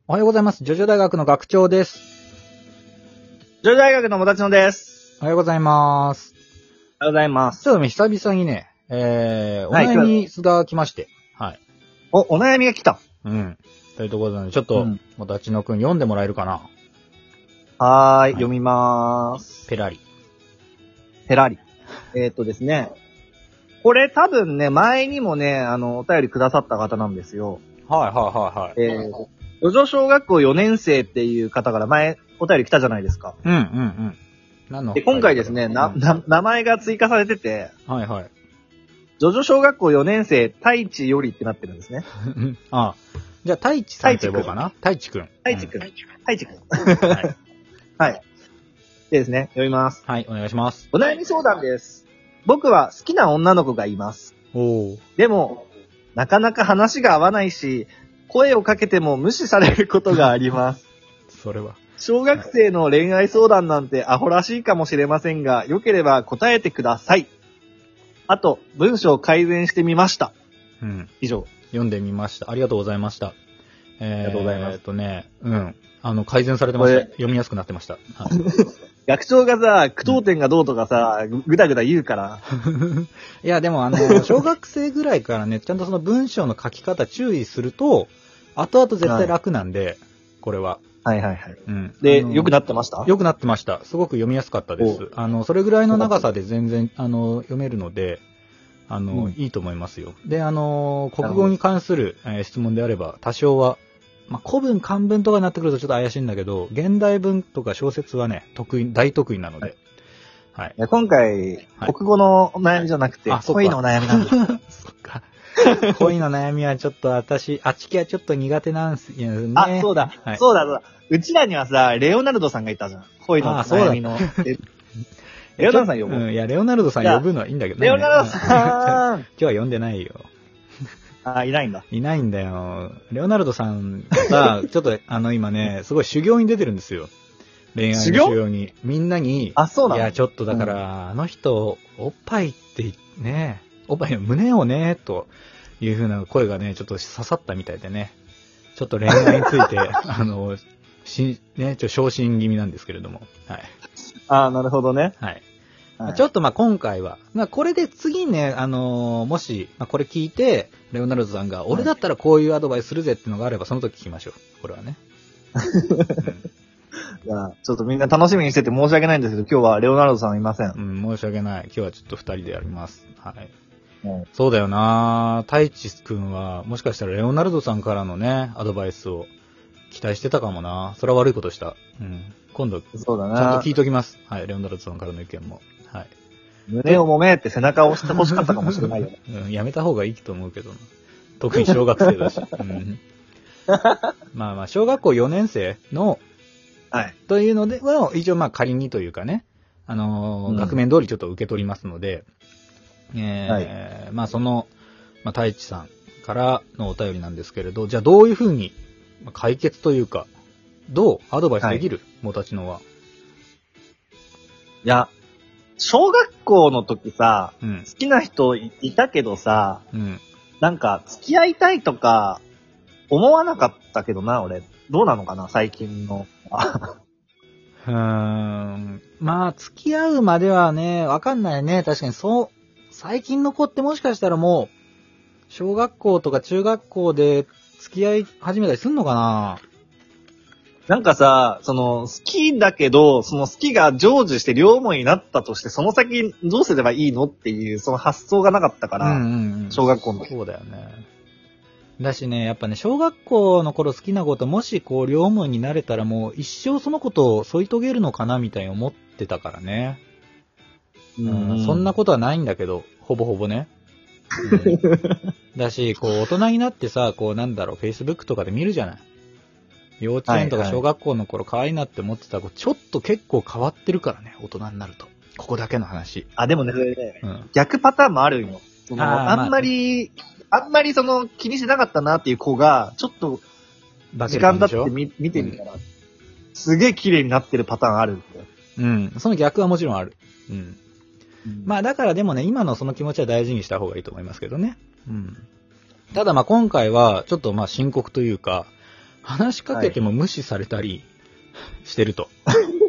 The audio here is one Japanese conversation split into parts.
おはようございます。ジョジョ大学の学長です。 ジョジョ大学のもたちのです。 おはようございます。 おはようございます。 ちょっと久々にね、お悩みが来まして。はい。 お悩みが来た。 うん。というところなので、ちょっと、もたちのくん読んでもらえるかな。 はい、読みまーす。 ペラリ。 ペラリ。ですね。これ多分ね、前にもね、お便りくださった方なんですよ。 はいはいはいはい。 ジョジョ小学校4年生っていう方から前、お便り来たじゃないですか。 うんうんうん。 で、今回ですね、名前が追加されてて、 はいはい。 ジョジョ小学校4年生、太一よりってなってるんですね。 ああ。じゃあ、太一さんと呼ぼうかな。太一くん。 太一くん。太一くん。はい。はい。でですね、読みます。 はい、お願いします。 お悩み相談です。僕は好きな女の子がいます。でも、なかなか話が合わないし、声をかけても無視されることがあります。 それは。 小学生の恋愛相談なんてアホらしいかもしれませんが、よければ答えてください。あと、文章改善してみました。 うん。 以上。 読んでみました。ありがとうございました。 ありがとうございます。 改善されてました。読みやすくなってました。はい、 学長がさ、句読点がどうとかさ、ぐだぐだ言うから。 いや、でも小学生ぐらいからね、ちゃんとその文章の書き方注意すると、後々絶対楽なんで、これは。 はいはいはい。うん。で、良くなってました？ 良くなってました。すごく読みやすかったです。それぐらいの長さで全然、読めるので、いいと思いますよ。で、国語に関する、質問であれば、多少は、まあ、古文、漢文とかになってくるとちょっと怪しいんだけど、現代文とか小説はね、大得意なので。はい。 今回、国語の悩みじゃなくて、恋の悩みなんです。 そっか。恋の悩みはちょっと私、あちきはちょっと苦手なんすよね。 あ、そうだ。はい、そうだ。うちらにはさ、レオナルドさんがいたじゃん。恋の悩みの。レオナルドさん呼ぶ。 いや、レオナルドさん呼ぶのはいいんだけどね。 レオナルドさん今日は呼んでないよ。 いないんだ。 いないんだよ。レオナルドさんが、ちょっと今ね、すごい修行に出てるんですよ。恋愛の修行に。みんなに、 そうなの？ いや、ちょっとだから、あの人、おっぱいってね、おっぱいの胸をね、という風な声がね、ちょっと刺さったみたいでね。ちょっと恋愛について、昇進気味なんですけれども。はい。 なるほどね。 はい。ちょっと今回は、これで次ね、もし、これ聞いて、レオナルドさんが、俺だったらこういうアドバイスするぜっていうのがあれば、その時聞きましょう。これはね。 いや、ちょっとみんな楽しみにしてて申し訳ないんですけど、今日はレオナルドさんいません。 申し訳ない。今日はちょっと二人でやります。はい。そうだよな太一くんは、もしかしたらレオナルドさんからのね、アドバイスを期待してたかもな。それは悪いことした。今度、 そうだな。 ちゃんと聞いときます。はい、レオナルドさんからの意見も。はい。 胸を揉めって背中を押して欲しかったかもしれないよね。 やめた方がいいと思うけどな。特に小学生だし。小学校4年生の、というのでは、一応仮にというかね、額面通りちょっと受け取りますので、その、太一さんからのお便りなんですけれど、じゃあどういうふうに解決というか、どうアドバイスできる、もたちのは。 いや、小学校の時さ、好きな人いたけどさ、なんか付き合いたいとか思わなかったけどな、俺。どうなのかな、最近の。 付き合うまではね、わかんないね。確かに最近の子ってもしかしたらもう、小学校とか中学校で付き合い始めたりすんのかな。 なんかさ、好きだけど、その好きが成就して両思いになったとして、その先どうすればいいのっていう、その発想がなかったから、小学校の時。 そうだよね。だしね、やっぱね、小学校の頃好きな子ともし両思いになれたらもう一生そのことを添い遂げるのかなみたいに思ってたからね。そんなことはないんだけど、ほぼほぼね。だし、大人になってさ、Facebook とかで見るじゃない。幼稚園とか小学校の頃可愛いなって思ってた子、ちょっと結構変わってるからね、大人になると。ここだけの話。 でもね、逆パターンもあるよ。あんまり気にしなかったなっていう子が、ちょっと、時間だって見てみたら、すげえ綺麗になってるパターンあるんだよ。 その逆はもちろんある。だからでもね、今のその気持ちは大事にした方がいいと思いますけどね。ただ今回は、ちょっと深刻というか、 話しかけても無視されたりしてると。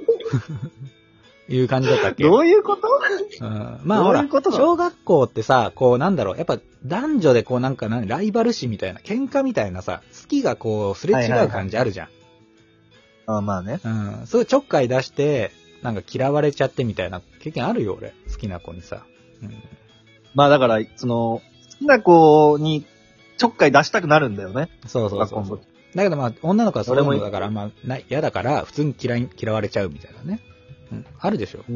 いう感じだったっけ？ どういうこと？ まあほら、小学校ってさ、こうなんだろう、やっぱ男女でこうなんかライバル視みたいな、喧嘩みたいなさ、好きがこうすれ違う感じあるじゃん。 まあね。 そういうちょっかい出して、なんか嫌われちゃってみたいな経験あるよ、俺。好きな子にさ。 まあだから、好きな子にちょっかい出したくなるんだよね。 そう。だけどまあ、女の子はそういうのだから、まあ、嫌だから、普通に嫌われちゃうみたいなね。あるでしょ。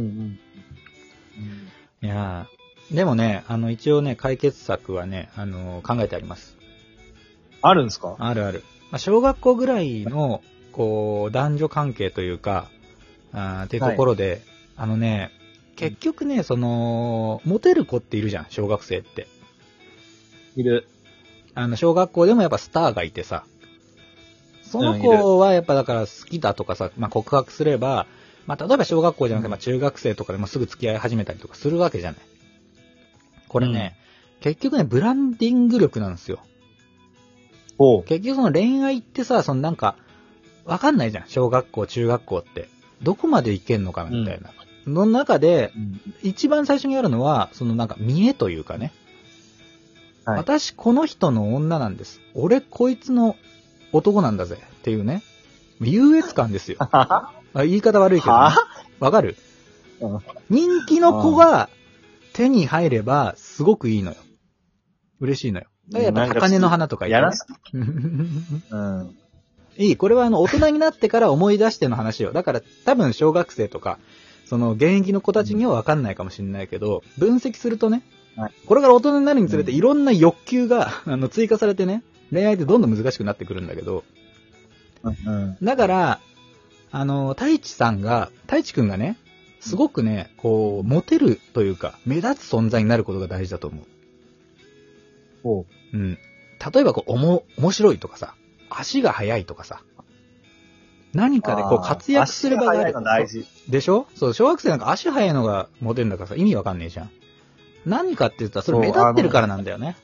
いやでもね、一応ね、解決策はね、考えてあります。あるんですか？ ある。まあ、小学校ぐらいの、こう、男女関係というか、っていうところで、結局ね、モテる子っているじゃん、小学生って。 いる。 小学校でもやっぱスターがいてさ、その子はやっぱだから好きだとかさ、まあ、告白すれば、まあ、例えば小学校じゃなくて、まあ、中学生とかでもすぐ付き合い始めたりとかするわけじゃない。これね、結局ね、ブランディング力なんですよ。結局その恋愛ってさ、なんか、わかんないじゃん。小学校、中学校って。どこまでいけんのかなみたいな。の中で、一番最初にあるのは、なんか見栄というかね。私、この人の女なんです。俺、こいつの男なんだぜ。っていうね。優越感ですよ。言い方悪いけど、ね。わかる？人気の子が手に入れば、すごくいいのよ。嬉しいのよ。やっぱ高根の花とか言って、ね。いい。これは大人になってから思い出しての話よ。だから多分小学生とか、現役の子たちにはわかんないかもしれないけど、分析するとね、これから大人になるにつれていろんな欲求が追加されてね、恋愛ってどんどん難しくなってくるんだけど、だから、太一くんがね、すごくね、こう、モテるというか、目立つ存在になることが大事だと思う。例えば面白いとかさ、足が速いとかさ、何かでこう活躍する場がある。 大事でしょ？そう、小学生なんか足速いのがモテるんだからさ、意味わかんねえじゃん。何かって言ったらそれ目立ってるからなんだよね。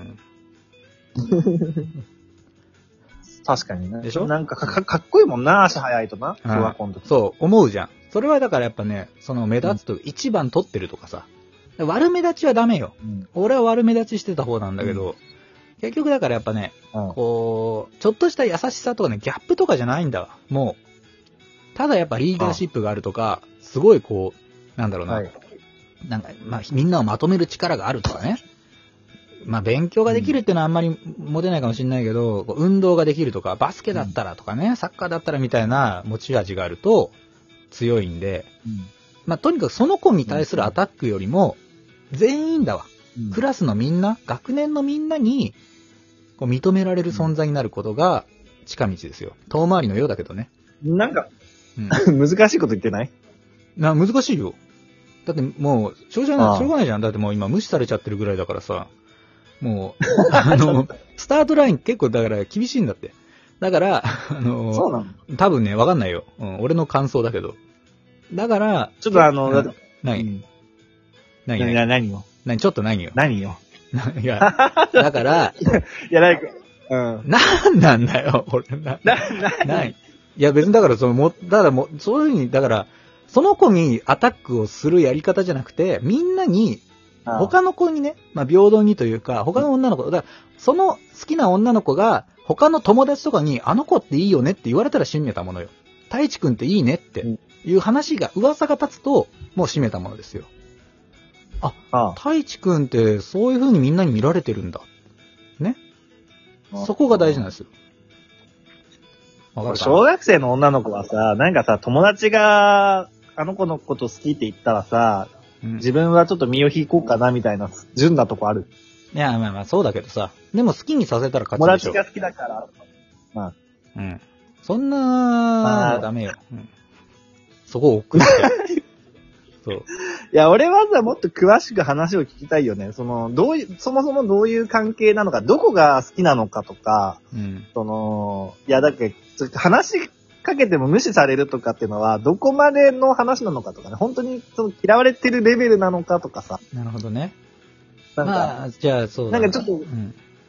確かにね。 でしょ？ なんかかっこいいもんな、足速いとな。小学校の時。 そう、思うじゃん。それはだからやっぱね、目立つと一番取ってるとかさ。悪目立ちはダメよ。俺は悪目立ちしてた方なんだけど、結局だからやっぱね、こう、ちょっとした優しさとかね、ギャップとかじゃないんだわ。もう、ただやっぱリーダーシップがあるとか、すごいこう、なんだろうな。なんか、まあ、みんなをまとめる力があるとかね。まあ、勉強ができるっていうのはあんまり持てないかもしれないけど、運動ができるとか、バスケだったらとかね、サッカーだったらみたいな持ち味があると強いんで、まあ、とにかくその子に対するアタックよりも、全員だわ。クラスのみんな、学年のみんなに、こう認められる存在になることが近道ですよ。遠回りのようだけどね。 なんか、難しいこと言ってない？ 難しいよ。だってもう、しょうがないじゃん。だってもう今無視されちゃってるぐらいだからさ。もう、スタートライン結構だから厳しいんだって。だから、 そうなの？ 多分ね、わかんないよ。俺の感想だけど。だから、 ちょっと何よ。 ちょっと何よ。 何よ。 いや、だから、 いや、 なんなんだよ、俺ない。いや、別にだからだからもう、そういうふうに、だから、その子にアタックをするやり方じゃなくて、みんなに、他の子にね、まあ平等にというか、他の女の子、だからその好きな女の子が、他の友達とかに、あの子っていいよねって言われたら閉めたものよ。太一くんっていいねっていう話が、噂が立つと、もう閉めたものですよ。太一くんってそういう風にみんなに見られてるんだ。ね。そこが大事なんですよ。わかるかな？ 小学生の女の子はさ、なんかさ、友達があの子のこと好きって言ったらさ、自分はちょっと身を引こうかなみたいな純なとこある。 いや、まあそうだけどさ。でも好きにさせたら勝ちでしょ。 友達が好きだから。まあ。 そんな、ダメよ。そこを送って。そう。いや、俺はさ、もっと詳しく話を聞きたいよね。そもそもどういう関係なのか、どこが好きなのかとか、いや、だけど、話しかけても無視されるとかっていうのは、どこまでの話なのかとかね、本当に嫌われてるレベルなのかとかさ。 なるほどね。 なんか、 まあ、じゃあそうだ。 なんかちょっと、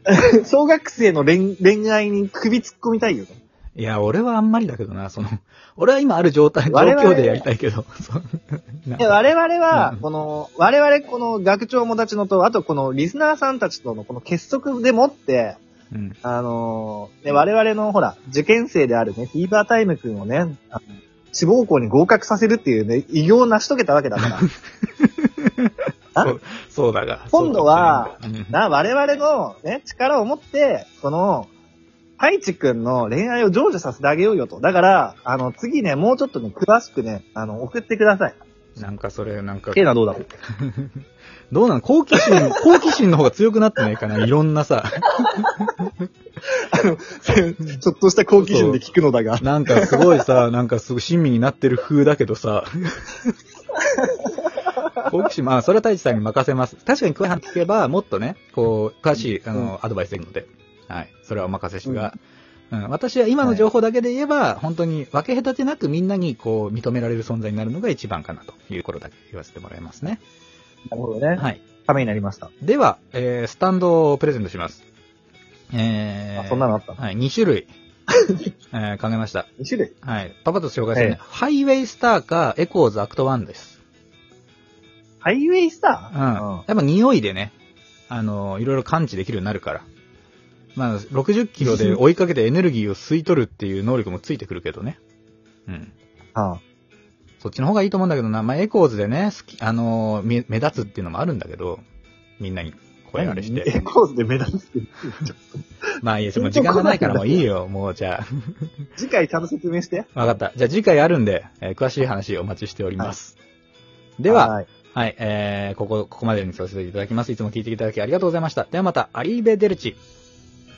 小学生の恋愛に首突っ込みたいよ。 いや、俺はあんまりだけどな、俺は今ある状況でやりたいけど。 我々は、我々この学長もたちのと、あとこのリスナーさんたちとのこの結束でもって、我々のほら、受験生であるね、フィーバータイム君をね、志望校に合格させるっていうね、偉業を成し遂げたわけだから。 そうだが。 今度は、我々のね、力を持って、太一くんの恋愛を成就させてあげようよと。だから、次ね、もうちょっとね、詳しくね、送ってください。 ケイナどうだろうどうなの好奇心の方が強くなってないかないろんなさ。 ちょっとした好奇心で聞くのだが。 なんかすごいさ、すごい親身になってる風だけどさ。好奇心、それは太一さんに任せます。確かに詳しい話聞けば、もっとね、詳しい、アドバイスできるので。はい。それはお任せしが。私は今の情報だけで言えば、本当に分け隔てなくみんなに認められる存在になるのが一番かなということだけ言わせてもらいますね。 なるほどね。 はい。 ためになりました。 では、スタンドをプレゼントします。 そんなのあった？ はい、2種類。考えました。 2種類？ はい。パパッと紹介するね。ハイウェイスターか、エコーズアクト1です。 ハイウェイスター？やっぱ匂いでね、いろいろ感知できるようになるから。60キロで追いかけてエネルギーを吸い取るっていう能力もついてくるけどね。そっちの方がいいと思うんだけどな。エコーズでね、目立つっていうのもあるんだけど、みんなに声あれして。 エコーズで目立つってちょっと。いいです。もう時間がないからもういいよ、もうじゃあ。 次回ちゃんと説明して。 わかった。じゃあ次回あるんで、詳しい話お待ちしております。では、はい、ここまでにさせていただきます。いつも聞いていただきありがとうございました。ではまた、アリーベデルチ。